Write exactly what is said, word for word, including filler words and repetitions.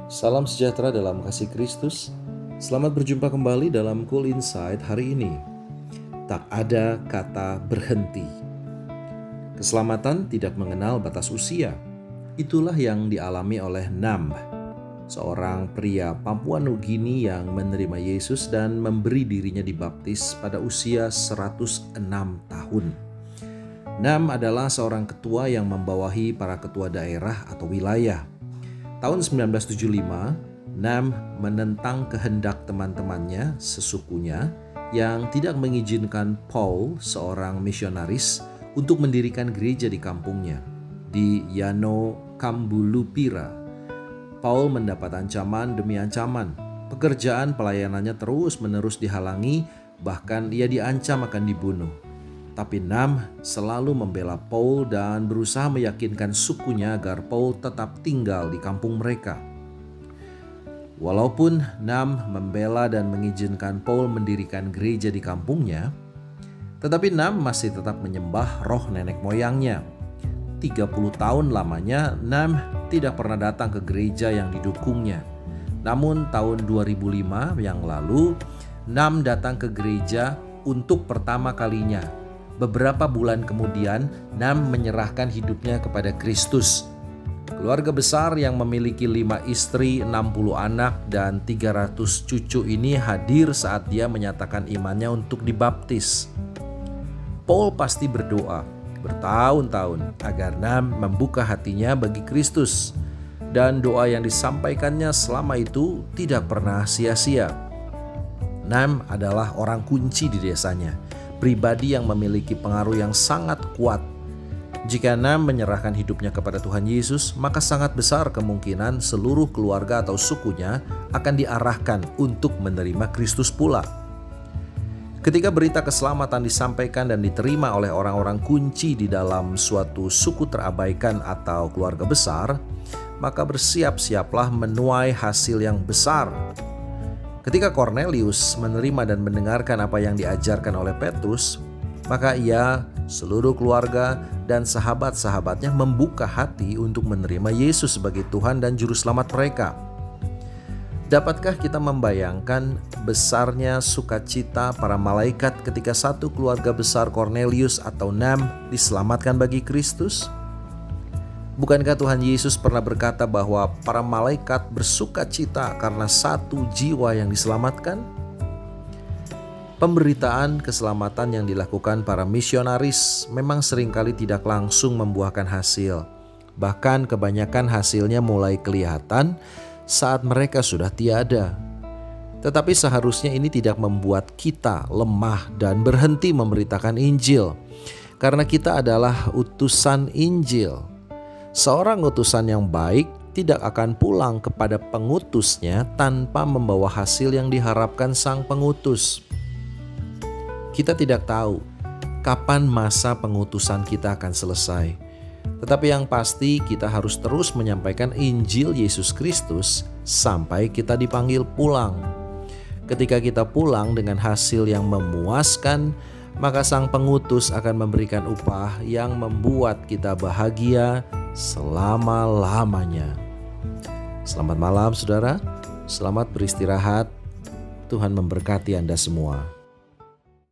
Salam sejahtera dalam kasih Kristus. Selamat berjumpa kembali dalam Cool Insight hari ini. Tak ada kata berhenti. Keselamatan tidak mengenal batas usia. Itulah yang dialami oleh Nam, seorang pria Papua Nugini yang menerima Yesus dan memberi dirinya dibaptis pada usia seratus enam tahun. Nam adalah seorang ketua yang membawahi para ketua daerah atau wilayah. Tahun sembilan belas tujuh puluh lima, Nam menentang kehendak teman-temannya sesukunya yang tidak mengizinkan Paul, seorang misionaris, untuk mendirikan gereja di kampungnya, di Yano Kambulupira. Paul mendapat ancaman demi ancaman. Pekerjaan pelayanannya terus-menerus dihalangi, bahkan ia diancam akan dibunuh. Tapi Nam selalu membela Paul dan berusaha meyakinkan sukunya agar Paul tetap tinggal di kampung mereka. Walaupun Nam membela dan mengizinkan Paul mendirikan gereja di kampungnya, tetapi Nam masih tetap menyembah roh nenek moyangnya. tiga puluh tahun lamanya Nam tidak pernah datang ke gereja yang didukungnya. Namun tahun dua ribu lima yang lalu, Nam datang ke gereja untuk pertama kalinya. Beberapa bulan kemudian, Nam menyerahkan hidupnya kepada Kristus. Keluarga besar yang memiliki lima istri, enam puluh anak, dan tiga ratus cucu ini hadir saat dia menyatakan imannya untuk dibaptis. Paul pasti berdoa bertahun-tahun agar Nam membuka hatinya bagi Kristus. Dan doa yang disampaikannya selama itu tidak pernah sia-sia. Nam adalah orang kunci di desanya, pribadi yang memiliki pengaruh yang sangat kuat. Jika Nam menyerahkan hidupnya kepada Tuhan Yesus, maka sangat besar kemungkinan seluruh keluarga atau sukunya akan diarahkan untuk menerima Kristus pula. Ketika berita keselamatan disampaikan dan diterima oleh orang-orang kunci di dalam suatu suku terabaikan atau keluarga besar, maka bersiap-siaplah menuai hasil yang besar. Ketika Cornelius menerima dan mendengarkan apa yang diajarkan oleh Petrus, maka ia, seluruh keluarga, dan sahabat-sahabatnya membuka hati untuk menerima Yesus sebagai Tuhan dan Juru Selamat mereka. Dapatkah kita membayangkan besarnya sukacita para malaikat ketika satu keluarga besar Cornelius atau Nam diselamatkan bagi Kristus? Bukankah Tuhan Yesus pernah berkata bahwa para malaikat bersuka cita karena satu jiwa yang diselamatkan? Pemberitaan keselamatan yang dilakukan para misionaris memang seringkali tidak langsung membuahkan hasil. Bahkan kebanyakan hasilnya mulai kelihatan saat mereka sudah tiada. Tetapi seharusnya ini tidak membuat kita lemah dan berhenti memberitakan Injil, karena kita adalah utusan Injil. Seorang utusan yang baik tidak akan pulang kepada pengutusnya tanpa membawa hasil yang diharapkan sang pengutus. Kita tidak tahu kapan masa pengutusan kita akan selesai. Tetapi yang pasti kita harus terus menyampaikan Injil Yesus Kristus sampai kita dipanggil pulang. Ketika kita pulang dengan hasil yang memuaskan, maka sang pengutus akan memberikan upah yang membuat kita bahagia selama-lamanya. Selamat malam saudara, selamat beristirahat. Tuhan memberkati Anda semua.